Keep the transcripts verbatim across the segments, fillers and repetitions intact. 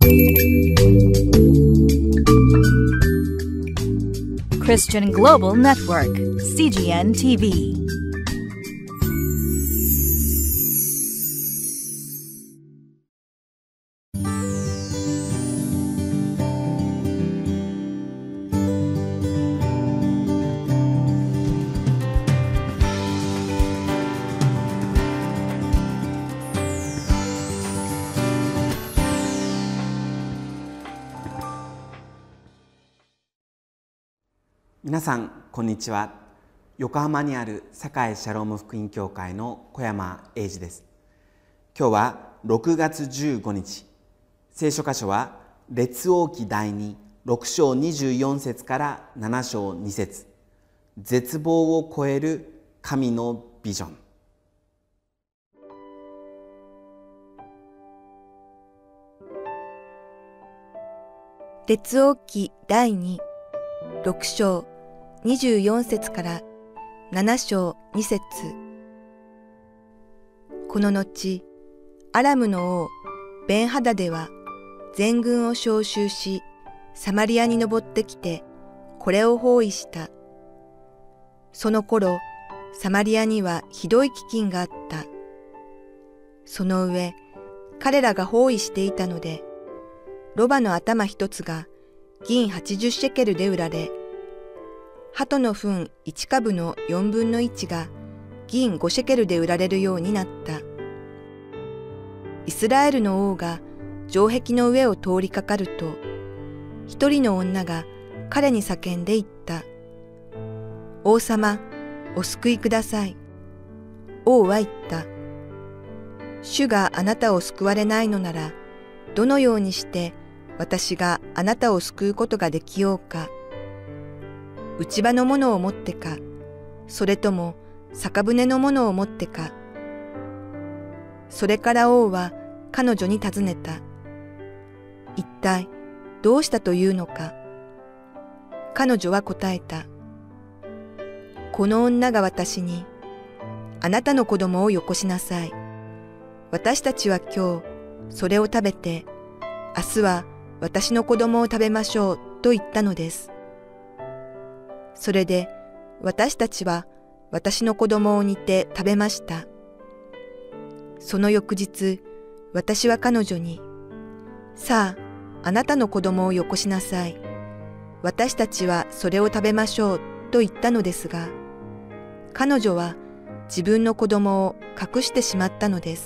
Christian Global Network, シージーエヌ ティーブイ。 皆さんこんにちは。横浜にある堺シャローム福音教会の小山英二です。今日はろくがつじゅうごにち、聖書箇所は列王記だいにろくしょうにじゅうよんせつからななしょうにせつ、絶望を超える神のビジョン。 列王記だいにろくしょうにじゅうよんせつからななしょうにせつ。この後、アラムの王ベンハダデは全軍を招集し、サマリアに登ってきて、これを包囲した。その頃、サマリアにはひどい飢饉があった。その上、彼らが包囲していたので、ロバの頭一つが銀はちじゅうシェケルで売られ、鳩の糞一株の四分の一が銀五シェケルで売られるようになった。イスラエルの王が城壁の上を通りかかると、一人の女が彼に叫んで言った。王様、お救いください。王は言った。主があなたを救われないのなら、どのようにして私があなたを救うことができようか。内場のものを持ってか、それとも酒舟のものを持ってか。それから王は彼女に尋ねた。一体どうしたというのか。彼女は答えた。この女が私に、あなたの子供をよこしなさい。私たちは今日それを食べて、明日は私の子供を食べましょうと言ったのです。それで私たちは私の子供を煮て食べました。その翌日、私は彼女に、さあ、あなたの子供をよこしなさい。私たちはそれを食べましょうと言ったのですが、彼女は自分の子供を隠してしまったのです。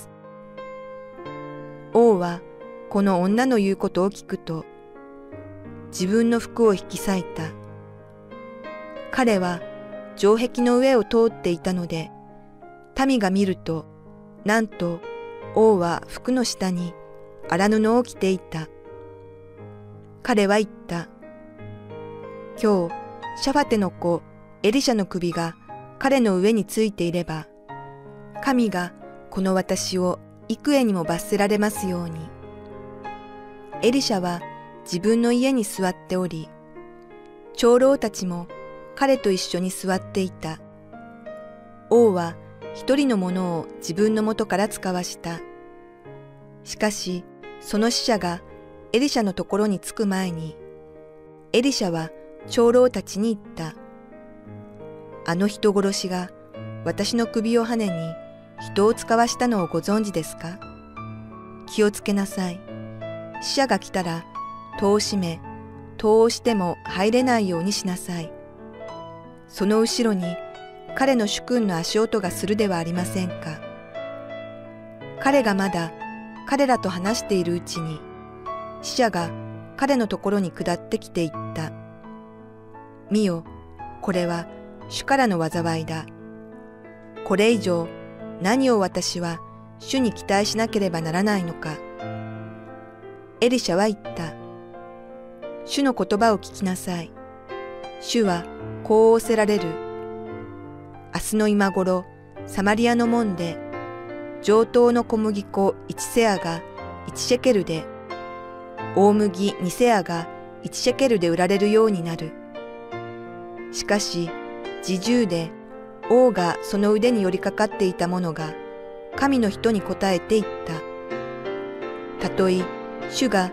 王はこの女の言うことを聞くと、自分の服を引き裂いた。彼は城壁の上を通っていたので、民が見ると、なんと王は服の下に荒布を着ていた。彼は言った。今日、シャファテの子エリシャの首が彼の上についていれば、神がこの私を幾重にも罰せられますように。エリシャは自分の家に座っており、長老たちも彼と一緒に座っていた。王は一人の者を自分の元から使わした。しかし、その使者がエリシャのところに着く前に、エリシャは長老たちに言った。あの人殺しが私の首をはねに人を使わしたのをご存知ですか？気をつけなさい。使者が来たら戸を閉め、戸をしても入れないようにしなさい。その後ろに彼の主君の足音がするではありませんか。彼がまだ彼らと話しているうちに、使者が彼のところに下ってきて言った。見よ、これは主からの災いだ。これ以上何を私は主に期待しなければならないのか。エリシャは言った。主の言葉を聞きなさい。主はこう仰せられる。明日の今頃、サマリアの門で、上等の小麦粉一セアが一シェケルで、大麦二セアが一シェケルで売られるようになる。しかし、侍従で王がその腕に寄りかかっていた者が、神の人に答えて言った。たとえ主が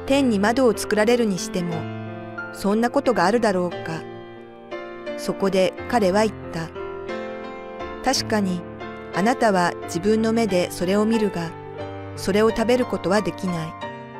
天に窓を作られるにしても、そんなことがあるだろうか。そこで彼は言った。確かに、あなたは自分の目でそれを見るが、それを食べることはできない。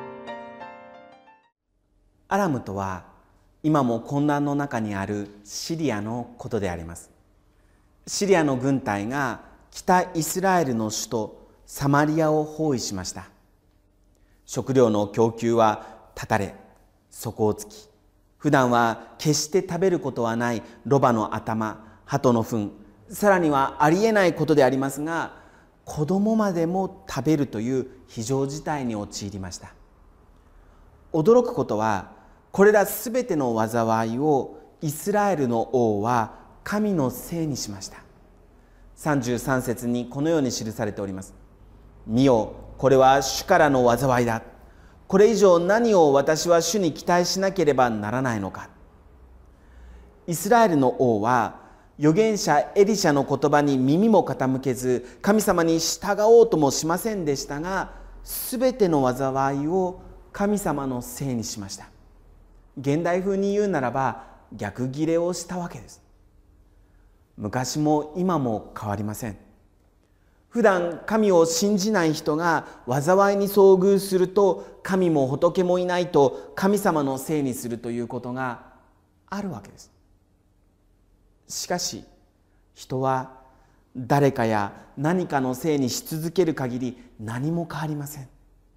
アラムとは、今も混乱の中にあるシリアのことであります。シリアの軍隊が北イスラエルの首都サマリアを包囲しました。食料の供給は断たれ、底をつき、普段は決して食べることはないロバの頭、鳩の糞、さらにはありえないことでありますが、子供までも食べるという非常事態に陥りました。驚くことは、これらすべての災いをイスラエルの王は神のせいにしました。さんじゅうさん節にこのように記されております。見よ、これは主からの災いだ。これ以上何を私は主に期待しなければならないのか。イスラエルの王は預言者エリシャの言葉に耳も傾けず、神様に従おうともしませんでしたが、すべての災いを神様のせいにしました。現代風に言うならば逆ギレをしたわけです。昔も今も変わりません。普段神を信じない人が災いに遭遇すると、神も仏もいないと神様のせいにするということがあるわけです。しかし人は誰かや何かのせいにし続ける限り何も変わりません。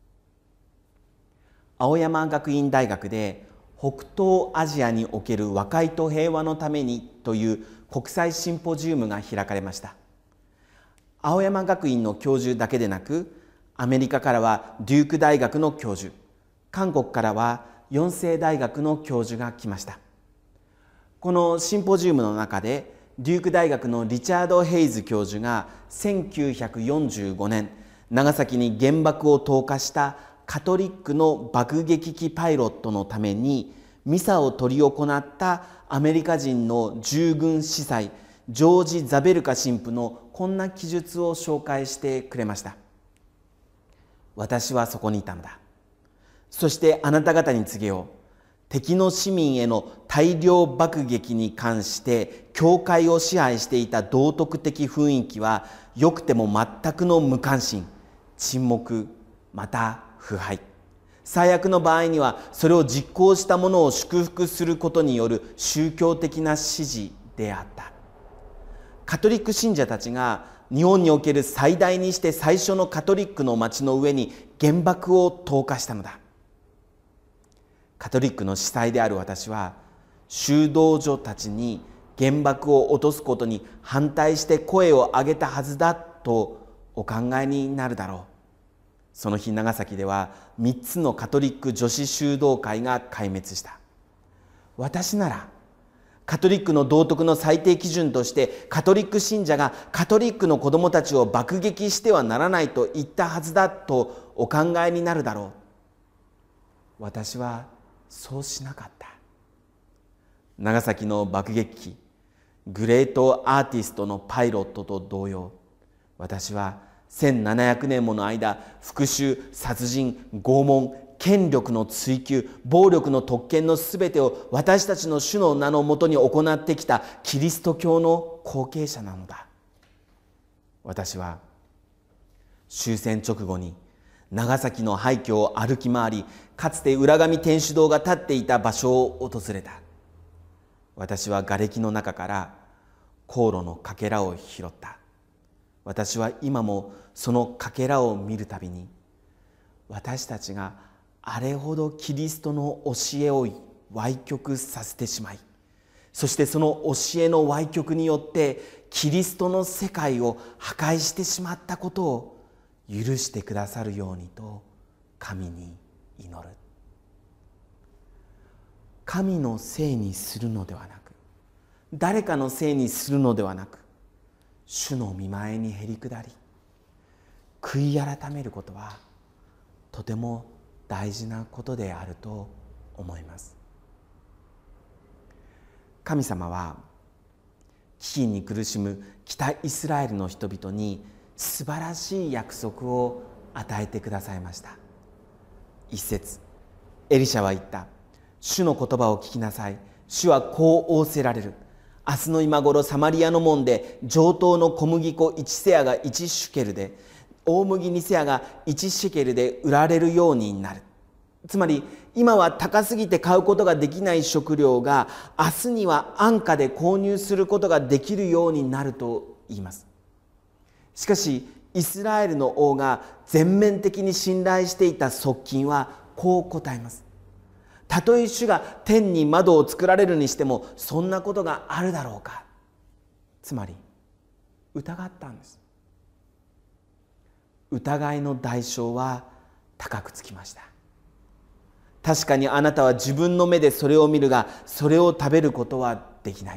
青山学院大学で北東アジアにおける和解と平和のためにという国際シンポジウムが開かれました。青山学院の教授だけでなく、アメリカからはデューク大学の教授、韓国からはヨンセイ大学の教授が来ました。このシンポジウムの中で、デューク大学のリチャード・ヘイズ教授がせんきゅうひゃくよんじゅうごねん、長崎に原爆を投下したカトリックの爆撃機パイロットのためにミサを執り行ったアメリカ人の従軍司祭ジョージ・ザベルカ神父のこんな記述を紹介してくれました。私はそこにいたのだ。そしてあなた方に告げよう。敵の市民への大量爆撃に関して教会を支配していた道徳的雰囲気は良くても全くの無関心、沈黙、また腐敗。最悪の場合にはそれを実行した者を祝福することによる宗教的な指示であった。カトリック信者たちが日本における最大にして最初のカトリックの町の上に原爆を投下したのだ。カトリックの司祭である私は修道女たちに原爆を落とすことに反対して声を上げたはずだとお考えになるだろう。その日長崎ではみっつのカトリック女子修道会が壊滅した。私ならカトリックの道徳の最低基準としてカトリック信者がカトリックの子どもたちを爆撃してはならないと言ったはずだとお考えになるだろう。私はそうしなかった。長崎の爆撃機グレートアーティストのパイロットと同様、私はせんななひゃくねんもの間、復讐、殺人、拷問、権力の追求、暴力の特権のすべてを私たちの主の名のもとに行ってきたキリスト教の後継者なのだ。私は終戦直後に長崎の廃墟を歩き回り、かつて浦上天主堂が建っていた場所を訪れた。私は瓦礫の中から香炉のかけらを拾った。私は今もそのかけらを見るたびに、私たちがあれほどキリストの教えを歪曲させてしまい、そしてその教えの歪曲によってキリストの世界を破壊してしまったことを許してくださるようにと神に祈る。神のせいにするのではなく、誰かのせいにするのではなく、主の御前にへり下り悔い改めることはとても大事なことであると思います。神様は飢饉に苦しむ北イスラエルの人々に素晴らしい約束を与えてくださいました。一節、 エリシャは言った。主の言葉を聞きなさい。主はこう仰せられる。明日の今頃サマリアの門で上等の小麦粉いちセアがいちシュケルで、大麦にセアがいちシェケルで売られるようになる。つまり今は高すぎて買うことができない食料が明日には安価で購入することができるようになると言います。しかしイスラエルの王が全面的に信頼していた側近はこう答えます。たとえ主が天に窓を作られるにしてもそんなことがあるだろうか。つまり疑ったんです。疑いの代償は高くつきました。確かにあなたは自分の目でそれを見るが、それを食べることはできない。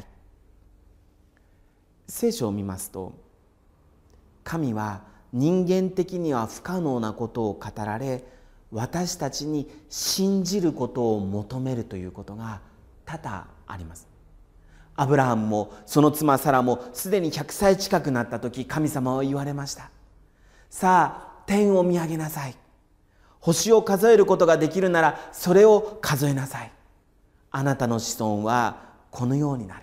聖書を見ますと、神は人間的には不可能なことを語られ、私たちに信じることを求めるということが多々あります。アブラハムもその妻サラもすでにひゃくさい近くなった時、神様は言われました。さあ天を見上げなさい。星を数えることができるならそれを数えなさい。あなたの子孫はこのようになる。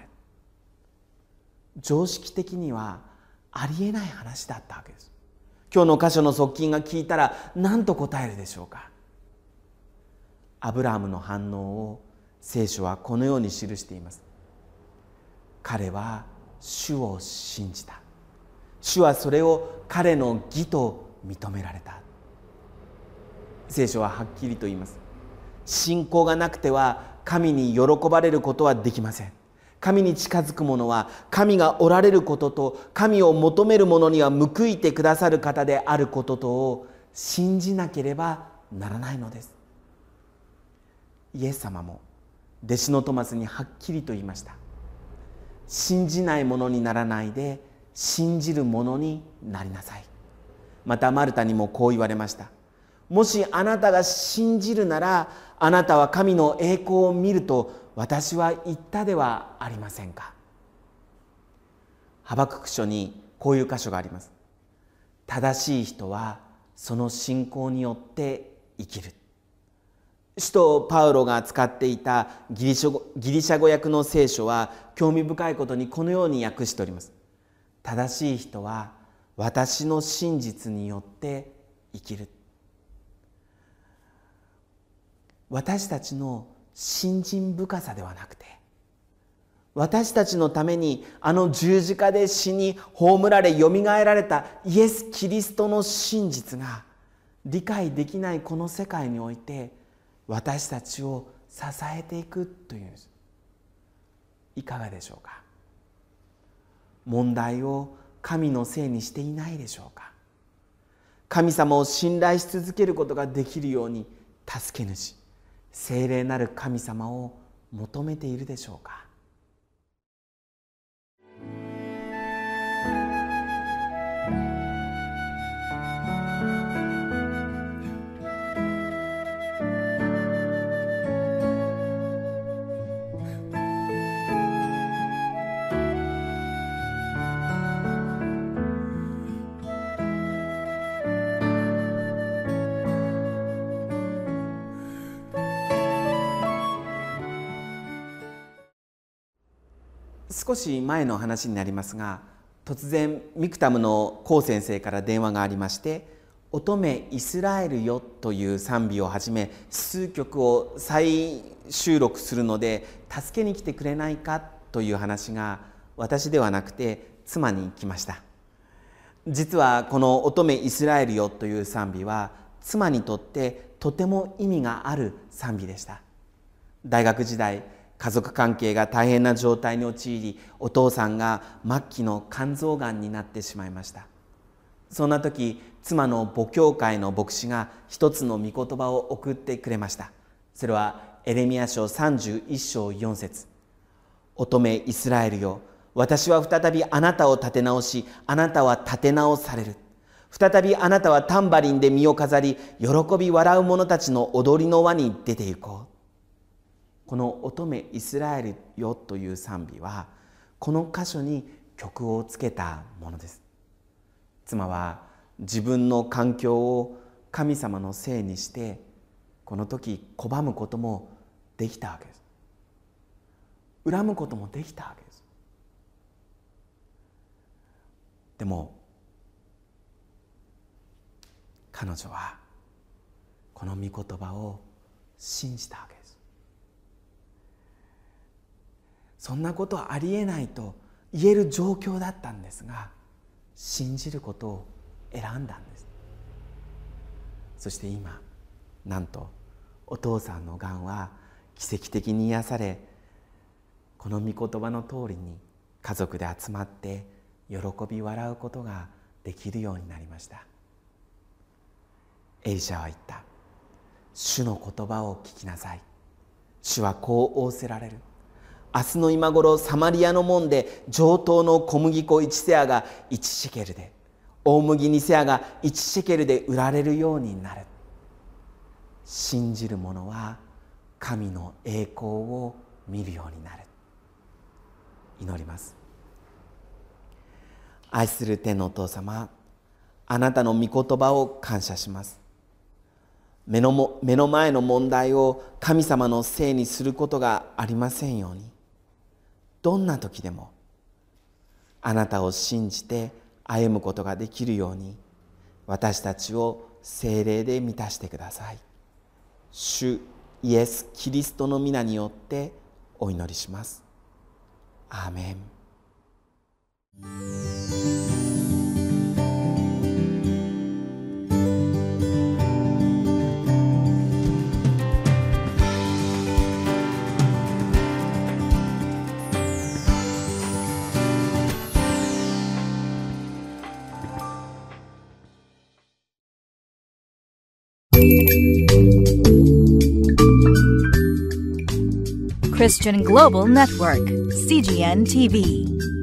常識的にはありえない話だったわけです。今日の箇所の側近が聞いたら何と答えるでしょうか。アブラハムの反応を聖書はこのように記しています。彼は主を信じた。主はそれを彼の義と認められた。聖書ははっきりと言います。信仰がなくては神に喜ばれることはできません。神に近づく者は神がおられることと神を求める者には報いてくださる方であることとを信じなければならないのです。イエス様も弟子のトマスにはっきりと言いました。信じない者にならないで信じる者になりなさい。またマルタにもこう言われました。もしあなたが信じるならあなたは神の栄光を見ると私は言ったではありませんか。ハバクク書にこういう箇所があります。正しい人はその信仰によって生きる。使徒パウロが使っていたギリシャ語、ギリシャ語訳の聖書は興味深いことにこのように訳しております。正しい人は私の真実によって生きる。私たちの信心深さではなくて、私たちのためにあの十字架で死に葬られよみがえられたイエス・キリストの真実が理解できないこの世界において私たちを支えていくというんです。いかがでしょうか。問題を神のせいにしていないでしょうか。神様を信頼し続けることができるように助け主、聖霊なる神様を求めているでしょうか。少し前の話になりますが、突然ミクタムのコウ先生から電話がありまして、乙女イスラエルよという賛美をはじめ数曲を再収録するので助けに来てくれないかという話が私ではなくて妻に来ました。実はこの乙女イスラエルよという賛美は妻にとってとても意味がある賛美でした。大学時代家族関係が大変な状態に陥り、お父さんが末期の肝臓がんになってしまいました。そんな時、妻の母教会の牧師が一つの御言葉を送ってくれました。それはエレミヤ書さんじゅういっ章よん節。乙女イスラエルよ、私は再びあなたを立て直し、あなたは立て直される。再びあなたはタンバリンで身を飾り、喜び笑う者たちの踊りの輪に出て行こう。この乙女イスラエルよという賛美はこの箇所に曲をつけたものです。妻は自分の環境を神様のせいにしてこの時拒むこともできたわけです。恨むこともできたわけです。でも彼女はこの御言葉を信じたわけです。そんなことはありえないと言える状況だったんですが、信じることを選んだんです。そして今なんとお父さんのがんは奇跡的に癒され、この御言葉の通りに家族で集まって喜び笑うことができるようになりました。エリシャは言った。主の言葉を聞きなさい。主はこう仰せられる。明日の今頃サマリアの門で上等の小麦粉いちセアがいちシェケルで、大麦にセアがいちシェケルで売られるようになる。信じる者は神の栄光を見るようになる。祈ります。愛する天のお父様、あなたの御言葉を感謝します。目のも、目の前の問題を神様のせいにすることがありませんように、どんな時でもあなたを信じて歩むことができるように、私たちを聖霊で満たしてください。主イエス・キリストの皆によってお祈りします。アーメン。 Christian Global Network, C G N T V.